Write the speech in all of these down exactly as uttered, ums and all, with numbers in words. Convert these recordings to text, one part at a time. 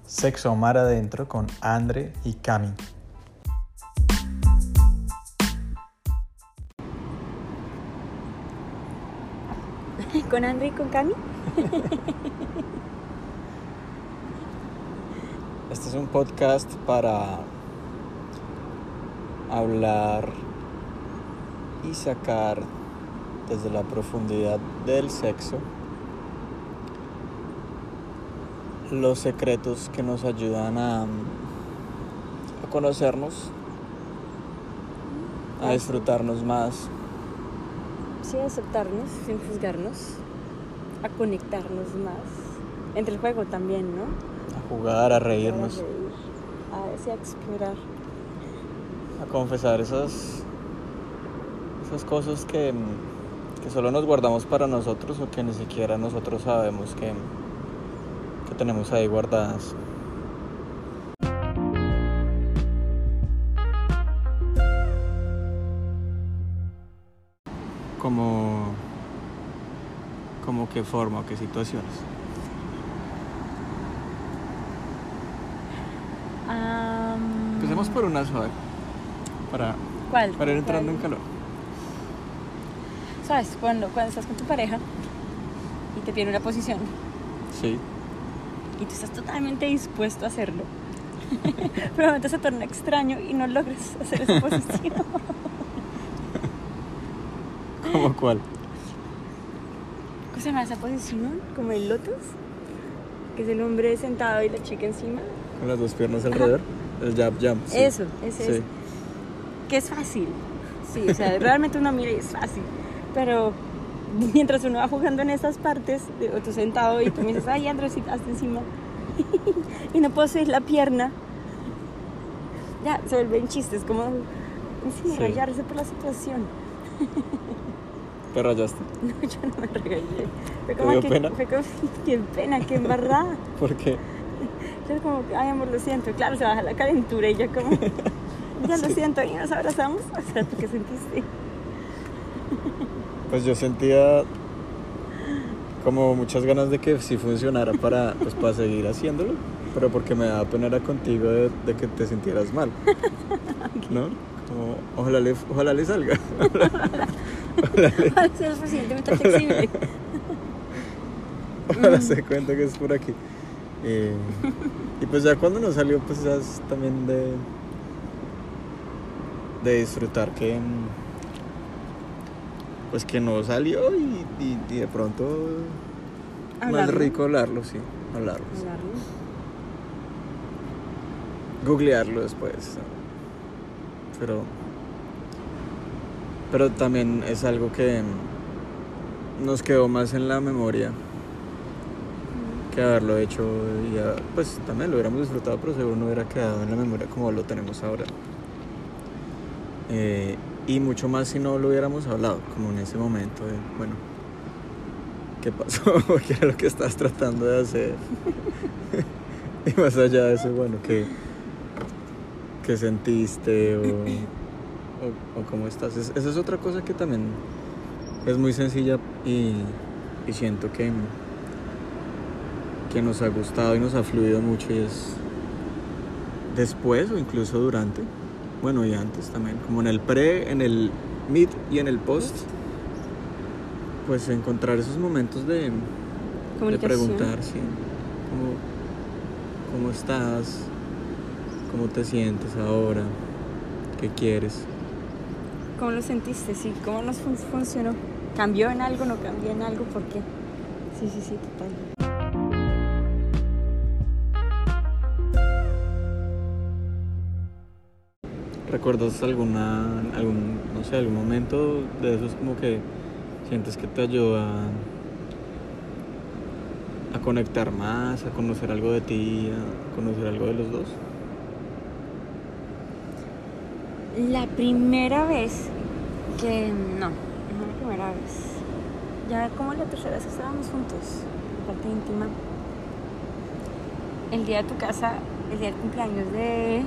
Sexo Mar Adentro con Andre y Cami. ¿Con Andre y con Cami? Este es un podcast para hablar y sacar desde la profundidad del sexo los secretos que nos ayudan a, a conocernos, a disfrutarnos más. Sí, a aceptarnos sin juzgarnos, a conectarnos más. Entre el juego también, ¿no? A jugar, a reírnos, A reír, a, sí, a explorar. a confesar esas, esas cosas que, que solo nos guardamos para nosotros o que ni siquiera nosotros sabemos que, que tenemos ahí guardadas. Como, como qué forma o qué situaciones. Um, Empecemos por una suave para, ¿Cuál? para ir entrando ¿Cuál? en calor. ¿Sabes? Cuando, cuando estás con tu pareja y te pide una posición Sí. y tú estás totalmente dispuesto a hacerlo, pero de momento se torna extraño y no logras hacer esa posición. ¿Cómo cuál? ¿Cómo se llama esa posición? ¿Como el lotus? Que es el hombre sentado y la chica encima. Con las dos piernas alrededor. El jab jump. Sí. Eso, ese Sí. es. Que es fácil. Sí, o sea, realmente uno mira y es fácil. Pero mientras uno va jugando en esas partes, de- o tú sentado y tú me dices, ay, Andrés, hasta encima. Y no puedo subir la pierna. Ya, se vuelven chistes, como encima Sí. rayarse por la situación. Te rayaste. No, yo no me regañé. Fue ¿Te como dio que, pena? Fue como, qué pena, qué embarrada. ¿Por qué? Yo como, ay, amor, lo siento. Claro, se baja la calentura y ya como, ya lo Sí. siento, y nos abrazamos. O sea, ¿tú qué sentiste? Pues yo sentía como muchas ganas de que sí funcionara para, pues, para seguir haciéndolo, pero porque me daba pena era contigo de, de que te sintieras mal, ¿no? Como, ojalá le, ojalá le salga. Ojalá, le, Ay, soy lo suficientemente flexible. ojalá se cuenta que es por aquí. Eh, y pues ya cuando nos salió, pues ya es también de, de disfrutar que pues que no salió y, y, y de pronto más Hablarlo. rico hablarlo, sí, hablarlo. sí. Hablarlo. Googlearlo después, ¿no? pero pero también es algo que nos quedó más en la memoria que haberlo hecho y ya, pues también lo hubiéramos disfrutado, pero seguro no hubiera quedado en la memoria como lo tenemos ahora. Eh, y mucho más si no lo hubiéramos hablado, como en ese momento de, bueno, ¿qué pasó? ¿Qué era lo que estás tratando de hacer? Y más allá de eso, bueno, ¿qué, qué sentiste o, o, o cómo estás? Es, esa es otra cosa que también es muy sencilla y, y siento que, que nos ha gustado y nos ha fluido mucho, y es después o incluso durante, bueno, y antes también, como en el pre, en el mid y en el post, pues encontrar esos momentos de, de Comunicación. preguntar, sí, ¿cómo, cómo estás? ¿Cómo te sientes ahora? ¿Qué quieres? ¿Cómo lo sentiste? Sí, ¿cómo nos fun- funcionó? ¿Cambió en algo? ¿No cambió en algo? ¿Por qué? Sí, sí, sí, total. ¿Recuerdas alguna, algún, no sé, algún momento de esos como que sientes que te ayuda a conectar más, a conocer algo de ti, a conocer algo de los dos? La primera vez que... No, no la primera vez. Ya como la tercera vez que estábamos juntos, la parte íntima. El día de tu casa, el día del cumpleaños de...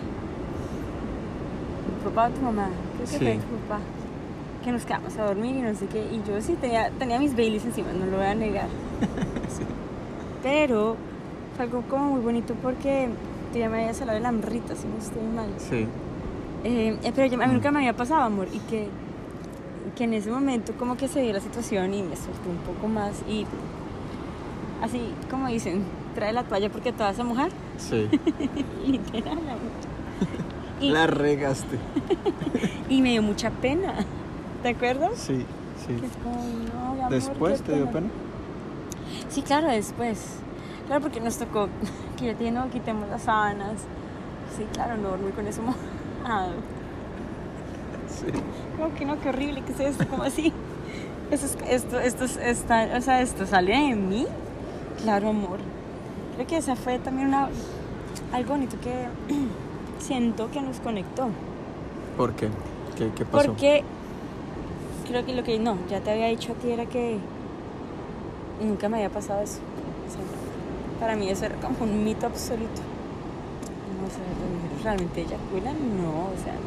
¿Tu papá o tu mamá? Creo que Sí. fue tu papá. Que nos quedamos a dormir y no sé qué. Y yo sí tenía, tenía mis Baileys encima, no lo voy a negar. Sí. Pero fue algo como muy bonito porque tú ya me habías hablado de la hambrita, si no estoy mal. Sí. Eh, eh, pero yo, a mí nunca me había pasado, amor, y que, que en ese momento como que se dio la situación y me soltó un poco más y así como dicen, trae la toalla porque te vas a mojar. Sí. Literal, amor. Y, La regaste. y me dio mucha pena, ¿te acuerdas? Sí, sí. Que es como, no, mi amor, ¿Después qué te dio pena? Sí, claro, después. Claro, porque nos tocó que yo te dije, no, quitemos las sábanas. Sí, claro, no dormir con eso mojado. Sí. Como que no, qué horrible, ¿qué es esto? ¿Cómo así? Esto, es- esto, esto, es- está, o sea, esto sale de mí. Claro, amor. Creo que esa fue también una, algo bonito que siento que nos conectó. ¿Por qué? ¿Qué, qué pasó? Porque creo que lo que no, ya te había dicho a ti era que nunca me había pasado eso. O sea, para mí eso era como un mito absoluto. No, o sea, realmente eyaculan, no, o sea,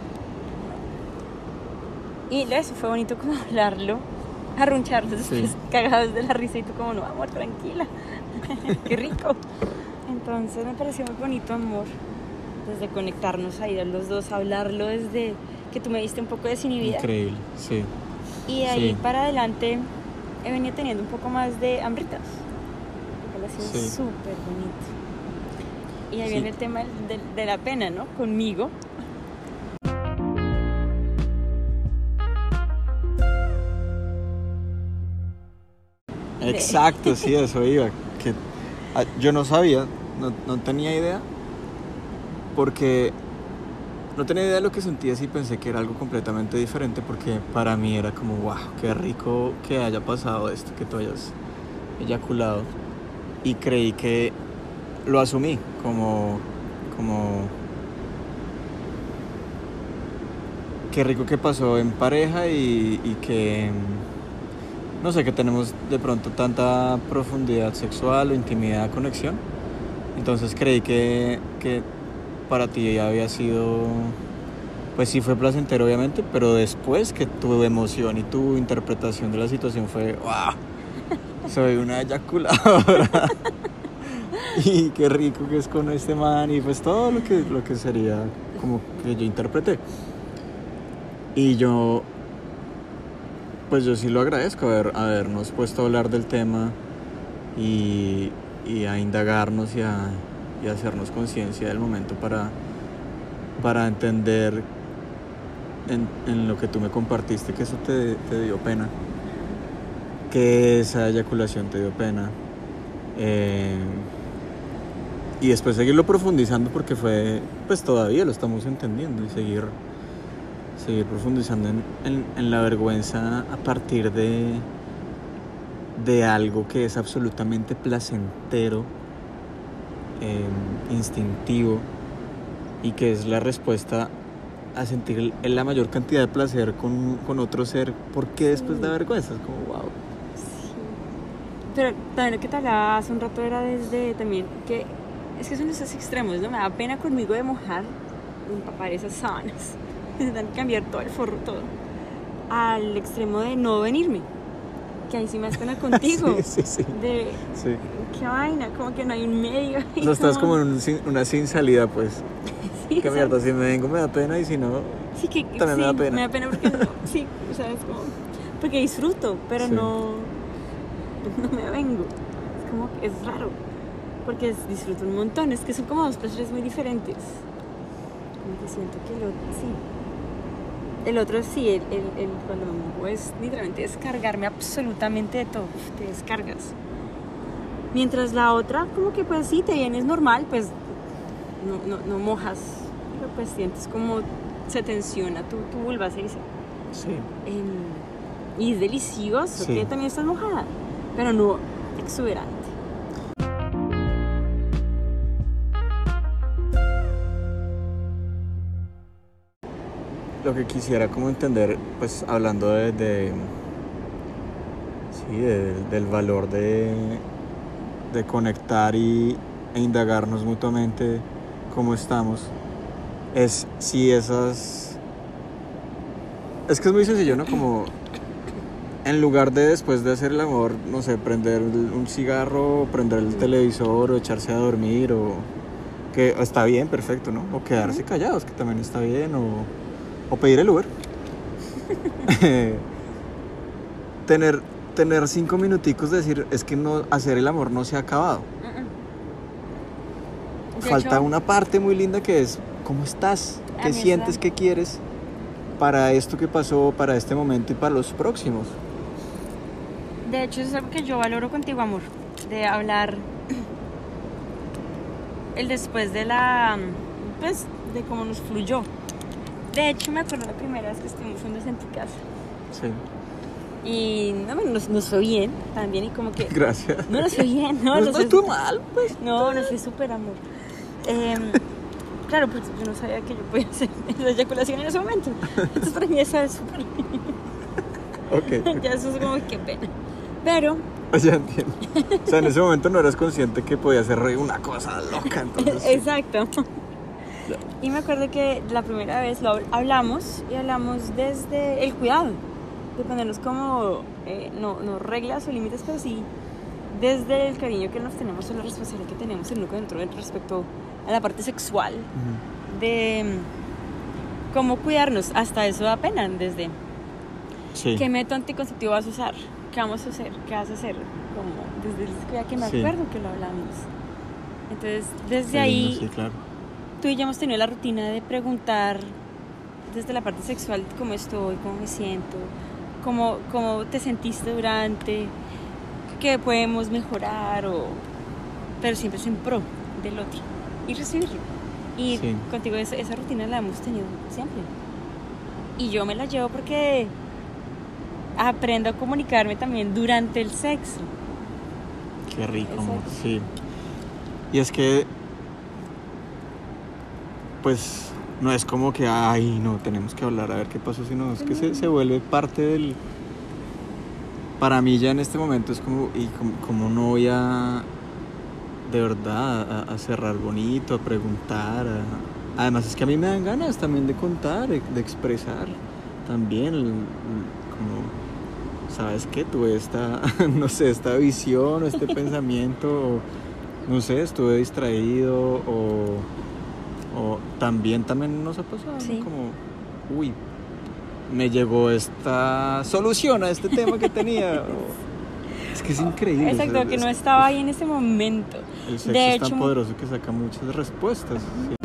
no. Y eso fue bonito como hablarlo, arruncharlos después, Sí. cagados de la risa y tú como, no, amor, tranquila, qué rico. Entonces me pareció muy bonito, amor, desde conectarnos ahí los dos, hablarlo desde que tú me diste un poco de desinhibida. Increíble, sí. Y de ahí Sí. para adelante he venido teniendo un poco más de hambritas. Porque ha sido Sí. súper bonito. Y ahí Sí. viene el tema de, de la pena, ¿no? Conmigo. Exacto, sí, eso iba. Que ah, yo no sabía, no, no tenía idea, porque no tenía idea de lo que sentías y pensé que era algo completamente diferente, porque para mí era como, wow, qué rico que haya pasado esto, que tú hayas eyaculado. Y creí que lo asumí como, como, qué rico que pasó en pareja y, y que, no sé, que tenemos de pronto tanta profundidad sexual o intimidad, conexión. Entonces creí que, que para ti ya había sido, pues sí fue placentero obviamente, pero después que tu emoción y tu interpretación de la situación fue, wow, soy una eyaculadora. Y qué rico que es con este man y pues todo lo que, lo que sería como que yo interpreté. Y yo, pues yo sí lo agradezco haber, habernos puesto a hablar del tema y, y a indagarnos y a, y a hacernos conciencia del momento para, para entender en, en lo que tú me compartiste, que eso te, te dio pena, que esa eyaculación te dio pena. Eh, y después seguirlo profundizando porque fue, pues todavía lo estamos entendiendo y seguir, seguir profundizando en, en, en la vergüenza a partir de, de algo que es absolutamente placentero, eh, instintivo y que es la respuesta a sentir la mayor cantidad de placer con, con otro ser. ¿Por qué después da vergüenza? Es como, wow. Sí. Pero también lo que te hablaba hace un rato era desde también que es que son esos extremos, ¿no? Me da pena conmigo de mojar, de empapar esas sábanas, de cambiar todo el forro, todo, al extremo de no venirme, que ahí sí me das pena contigo. Sí, sí, sí. De Sí. qué vaina, como que no hay un medio. O sea, estás como en un sin- una sin salida, pues. Sí, Qué o sea, mierda, si me vengo me da pena y si no, sí, que, también sí, me da pena. Me da pena porque no, sí, o sea, es como, porque disfruto, pero Sí. no, no me vengo. Es como, es raro, porque es- disfruto un montón, es que son como dos placeres muy diferentes. Como que siento que el otro, sí. El otro sí, el, el, el- cuando me mojo es literalmente descargarme absolutamente de todo, uf, te descargas. Mientras la otra, como que pues sí, te vienes normal, pues no, no, no mojas, pero pues sientes como se tensiona tu, tu vulva, se dice. sí. Em, y es delicioso, Sí. que también estás mojada, pero no exuberante. Lo que quisiera como entender, pues hablando de, de sí, de- del valor de, de conectar y, e indagarnos mutuamente cómo estamos, es si esas, es que es muy sencillo, ¿no? Como en lugar de después de hacer el amor, no sé, prender un cigarro, prender el televisor o echarse a dormir o que está bien, perfecto, ¿no? O quedarse callados, que también está bien, o, o pedir el Uber. tener, tener cinco minuticos de decir, es que no, hacer el amor no se ha acabado. De Falta hecho, una parte muy linda que es, ¿cómo estás? A ¿Qué mí sientes? esa- ¿Qué quieres? Para esto que pasó, para este momento y para los próximos. de hecho, eso es algo que yo valoro contigo, amor. De hablar el después de la... Pues, de cómo nos fluyó. De hecho, me acuerdo la primera vez que estuvimos juntos en tu casa. Sí, Y no, nos, nos fue bien también y como que... gracias. No nos fue bien, no, No, nos no fue estuvo súper- mal, pues. No, nos fue súper, amor. Em, claro, pues yo no sabía que yo podía hacer esa eyaculación en ese momento. Entonces para mí eso es súper... Ok, Ya eso es como que pena. Pero, ya entiendo. O sea, en ese momento no eras consciente que podía ser una cosa loca, entonces. sí. exacto. Y me acuerdo que la primera vez lo habl- hablamos y hablamos desde el cuidado, de ponernos como, eh, no, no reglas o límites, pero sí desde el cariño que nos tenemos o la responsabilidad que tenemos el uno con el otro respecto a la parte sexual, Ujú. de mm, cómo cuidarnos. Hasta eso da pena, desde Sí. qué método anticonceptivo vas a usar, qué vamos a hacer, qué vas a hacer, como desde el cuidado que me Sí. acuerdo que lo hablamos. Entonces, desde Qué ahí... lindo, sí, claro. Tú y yo hemos tenido la rutina de preguntar desde la parte sexual cómo estoy, cómo me siento, cómo, cómo te sentiste durante, qué podemos mejorar, o... pero siempre es en pro del otro y recibirlo. Y Sí. contigo esa, esa rutina la hemos tenido siempre. Y yo me la llevo porque aprendo a comunicarme también durante el sexo. Qué rico, Exacto. amor, sí. Y es que, pues, no es como que, ay, no, tenemos que hablar a ver qué pasó, sino es que se, se vuelve parte del... Para mí ya en este momento es como, y como, como no voy a, de verdad, a, a cerrar bonito, a preguntar. a- Además es que a mí me dan ganas también de contar, de, de expresar también, el- el- como, ¿sabes qué? Tuve esta, no sé, esta visión o este pensamiento, o, no sé, estuve distraído, o, o también, también nos ha pasado, ¿no? Sí. Como, uy, me llegó esta solución a este tema que tenía. o- Es que es increíble. Exacto, o sea, que es- no estaba ahí en ese momento. El sexo De es hecho, tan poderoso que saca muchas respuestas. sí.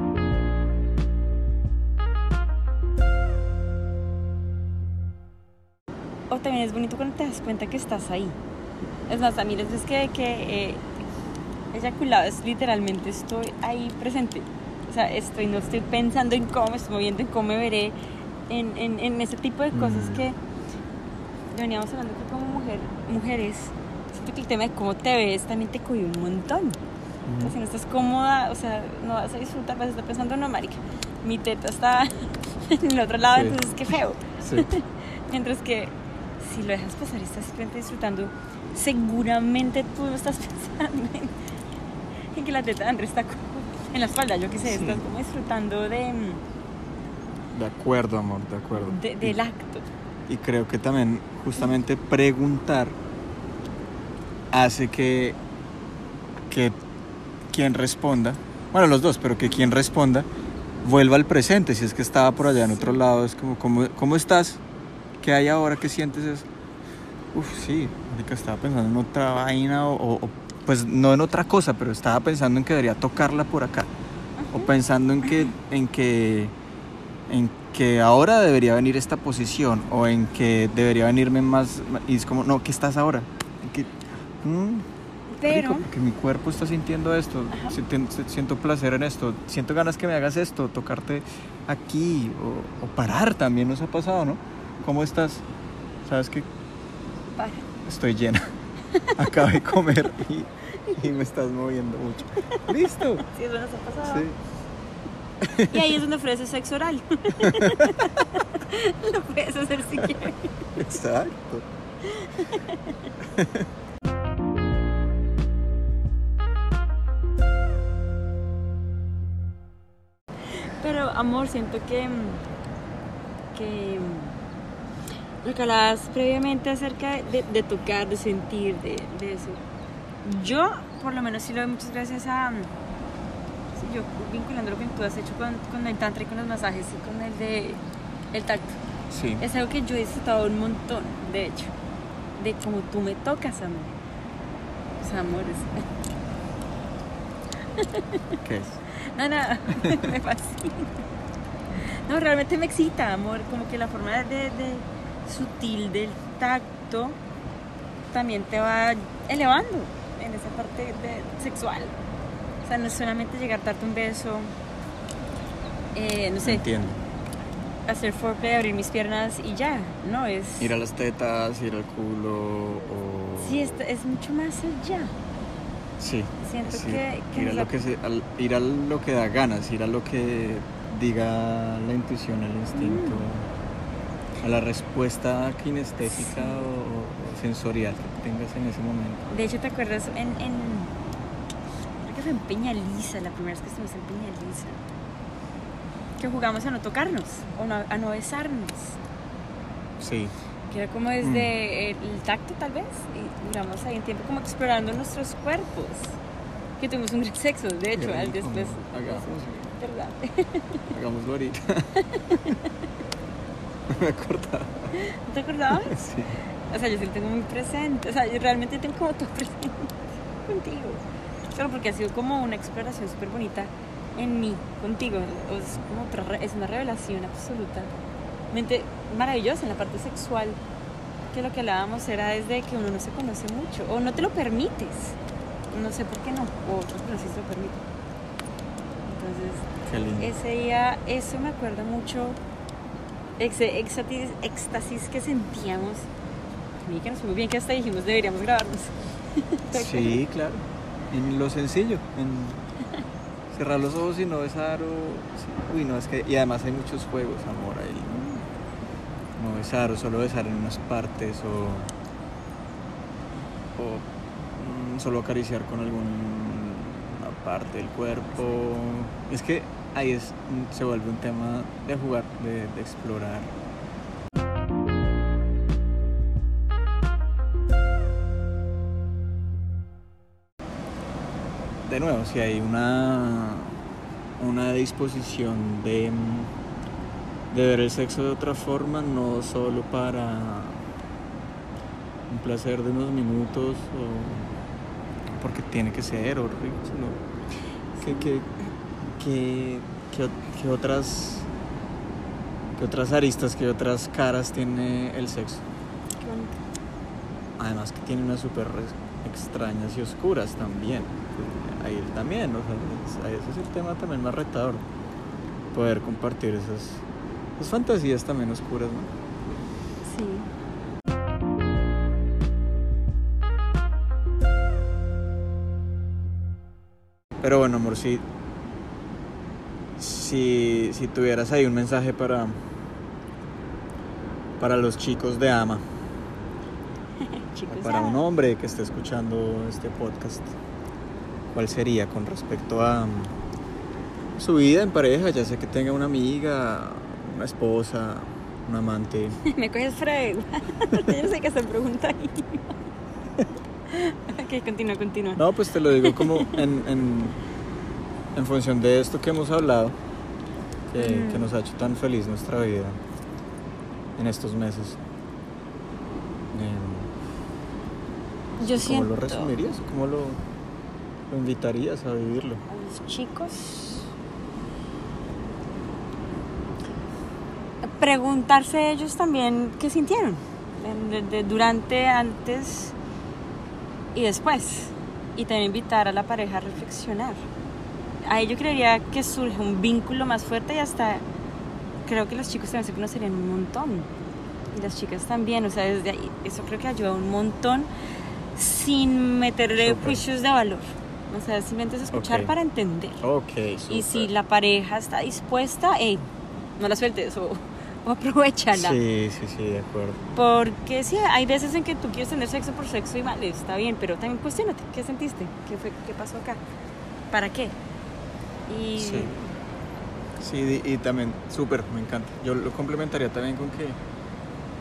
o también es bonito cuando te das cuenta que estás ahí. Es más, a mí las veces que, que eh, eyaculado es literalmente estoy ahí presente. O sea, estoy, no estoy pensando en cómo me estoy moviendo, en cómo me veré, en, en, en ese tipo de cosas Mm. que veníamos hablando que como mujer, mujeres, siento que el tema de cómo te ves también te cuida un montón. O sea, si no estás cómoda, o sea, no vas a disfrutar, vas a estar pensando, no, marica, mi teta está en el otro lado, Sí. entonces qué feo. Sí. Mientras que si lo dejas pasar y estás simplemente disfrutando, seguramente tú no estás pensando en, en que la teta de Andrés está como en la espalda, yo qué sé, Sí. estás como disfrutando de, De acuerdo, amor, de acuerdo. de- del acto. Y creo que también justamente preguntar hace que, que quien responda, bueno, los dos, pero que quien responda vuelva al presente. Si es que estaba por allá en otro lado, es como, ¿cómo, cómo estás? ¿Qué hay ahora? ¿Qué sientes? Es, uf, sí, marica, estaba pensando en otra vaina o, o- o, pues no en otra cosa, pero estaba pensando en que debería tocarla por acá. O pensando en que, en que, en que ahora debería venir esta posición o en que debería venirme más, y es como, no, ¿qué estás ahora? ¿En qué? Mm, Pero, rico, porque mi cuerpo está sintiendo esto, siento, siento placer en esto, siento ganas que me hagas esto, tocarte aquí o, o parar también nos ha pasado, ¿no? ¿Cómo estás? ¿Sabes qué? para. Estoy llena. Acabo de comer y, y me estás moviendo mucho. ¿Listo? Sí, eso nos ha pasado. Sí. Y ahí es donde ofrece sexo oral. Lo puedes hacer si quieres. Exacto. Pero, amor, siento que, que Lo que hablabas previamente acerca de, de tocar, de sentir, de, de eso. Yo, por lo menos, sí lo doy muchas gracias a... Sí, yo vinculando lo que tú has hecho con, con el tantra y con los masajes y con el de el tacto. Sí. Es algo que yo he disfrutado un montón, de hecho. De cómo tú me tocas, amor. O sea, amores. ¿Qué es? No, no, me fascina. No, realmente me excita, amor. Como que la forma de, de sutil del tacto también te va elevando en esa parte de, sexual. O sea, no es solamente llegar a darte un beso, eh, no sé, Entiendo. hacer foreplay, abrir mis piernas y ya, no es... Ir a las tetas, ir al culo o... Sí, es, es mucho más allá. Sí. Siento sí. que, que ir, a nos lo que se, al, ir a lo que da ganas, ir a lo que diga la intuición, el instinto, mm. a la respuesta kinestésica sí. o, o sensorial que tengas en ese momento. De hecho, ¿te acuerdas en... en creo que fue en Peña Lisa, la primera vez que estuvimos en Peña Lisa, que jugamos a no tocarnos o no, a no besarnos? Sí. Que era como desde mm. el tacto tal vez, y duramos ahí un tiempo como explorando nuestros cuerpos, que tuvimos un gran sexo, de hecho, al después. Hagámoslo. ¿Verdad? Hagámoslo ahorita. No me acordaba. ¿No te acordabas? Sí. O sea, yo sí lo tengo muy presente, o sea, yo realmente tengo como todo presente contigo. Solo porque ha sido como una exploración súper bonita en mí, contigo. Es, como otra, es una revelación absolutamente maravillosa en la parte sexual, que lo que hablábamos era desde que uno no se conoce mucho, o no te lo permites, no sé por qué no, o otros pero sí se lo permiten. Entonces, ese día, eso me acuerda mucho, ese éxtasis, éxtasis que sentíamos, a mí que nos fue muy bien, que hasta dijimos deberíamos grabarnos. Sí, claro, en lo sencillo, en cerrar los ojos y no besar, o sí. Uy, no, es que, y además hay muchos juegos, amor, ahí, ¿no? No besar, o solo besar en unas partes, o, o mm, solo acariciar con alguna parte del cuerpo. Es que ahí es, se vuelve un tema de jugar, de, de explorar. De nuevo, si hay una, una disposición de, de ver el sexo de otra forma, no solo para un placer de unos minutos o porque tiene que ser o rico, sino que, que, que, que, que otras que otras aristas, que otras caras tiene el sexo. Además que tiene unas súper extrañas y oscuras también. Ahí también, o sea, ese es el tema también más retador, poder compartir esas, esas fantasías también oscuras, ¿no? Sí. Pero bueno, amor, si, si, si tuvieras ahí un mensaje para, para los chicos de Ama, Chicos, para ah. un hombre que esté escuchando este podcast, ¿cuál sería con respecto a su vida en pareja? Ya sea que tenga una amiga, una esposa, un amante. Me coges frego. Yo sé que se pregunta ahí. Ok, continúa, continúa. No, pues te lo digo como en, en, en función de esto que hemos hablado, que, mm. que nos ha hecho tan feliz nuestra vida en estos meses. Eh, Yo ¿Cómo siento... lo resumirías? ¿Cómo lo, lo invitarías a vivirlo? A los chicos... Preguntarse ellos también qué sintieron de, de, durante, antes y después, y también invitar a la pareja a reflexionar. Ahí yo creería que surge un vínculo más fuerte, y hasta creo que los chicos también se conocerían un montón y las chicas también, o sea, desde ahí eso creo que ayuda un montón sin meterle super. juicios de valor, o sea, simplemente es escuchar okay. para entender. Okay, y si la pareja está dispuesta, hey, no la sueltes o o aprovechala. Sí, sí, sí, de acuerdo. Porque sí, hay veces en que tú quieres tener sexo por sexo y vale, está bien, pero también cuestiónate, ¿qué sentiste? ¿Qué fue? ¿Qué pasó acá? ¿Para qué? Y... Sí, sí, y, y también, súper, me encanta. Yo lo complementaría también con que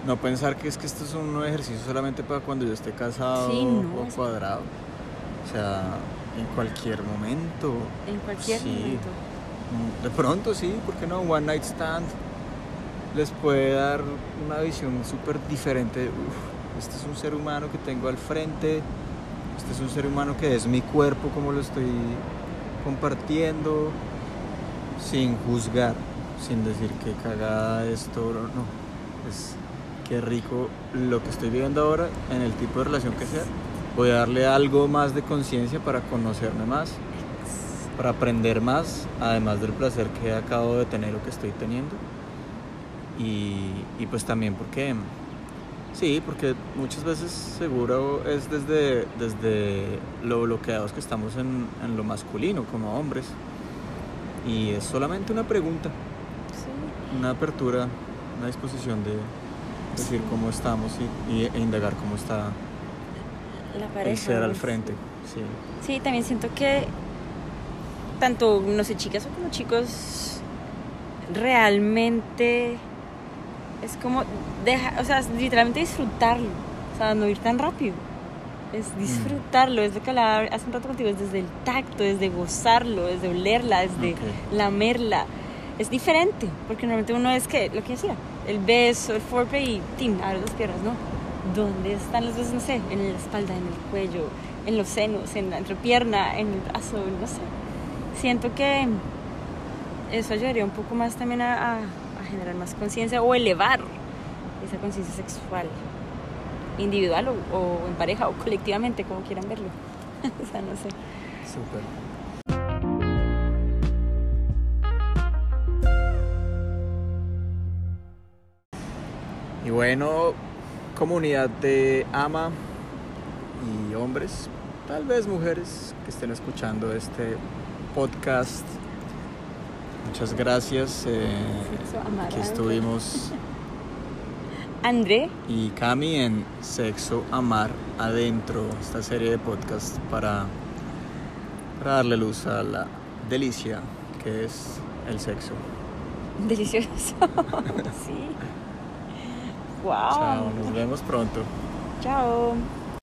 no pensar que es que esto es un ejercicio solamente para cuando yo esté casado Sí, no, o es- cuadrado. O sea, en cualquier momento. En cualquier Sí. momento. Mm, De pronto sí, ¿por qué no? One Night Stand les puede dar una visión súper diferente. de, Uf, este es un ser humano que tengo al frente, este es un ser humano que es mi cuerpo como lo estoy compartiendo, sin juzgar, sin decir que cagada esto, no, no. Es qué rico lo que estoy viviendo ahora en el tipo de relación que sea. Voy a darle algo más de conciencia para conocerme más, para aprender más, además del placer que acabo de tener o que estoy teniendo. Y, y pues también porque, sí, porque muchas veces seguro es desde, desde lo bloqueados que estamos en, en lo masculino como hombres. Y es solamente una pregunta, Sí. una apertura, una disposición de decir Sí. cómo estamos y, y- e indagar cómo está La el pareja. ser al es- frente. Sí. Sí, también siento que tanto, no sé, chicas o como chicos, realmente es como, deja, o sea, es literalmente disfrutarlo, o sea, no ir tan rápido, es disfrutarlo, es lo que hablaba hace un rato contigo, es desde el tacto, desde gozarlo, desde olerla, desde Ok. lamerla, es diferente, porque normalmente uno es que, lo que decía, el beso, el foreplay y tin, abre las piernas, ¿no? ¿Dónde están los besos? No sé, en la espalda, en el cuello, en los senos, en la entrepierna, en el brazo, no sé. Siento que eso ayudaría un poco más también a, a, a generar más conciencia o elevar esa conciencia sexual, individual o, o en pareja o colectivamente, como quieran verlo. O sea, no sé. Súper. Y bueno, comunidad de ama y hombres, tal vez mujeres que estén escuchando este podcast, muchas gracias. eh, Sexo, amar, aquí amar. estuvimos André, y Cami en Sexo, Amar Adentro, esta serie de podcast para, para darle luz a la delicia que es el sexo. delicioso. Sí. Wow. Chao, nos vemos pronto. Chao.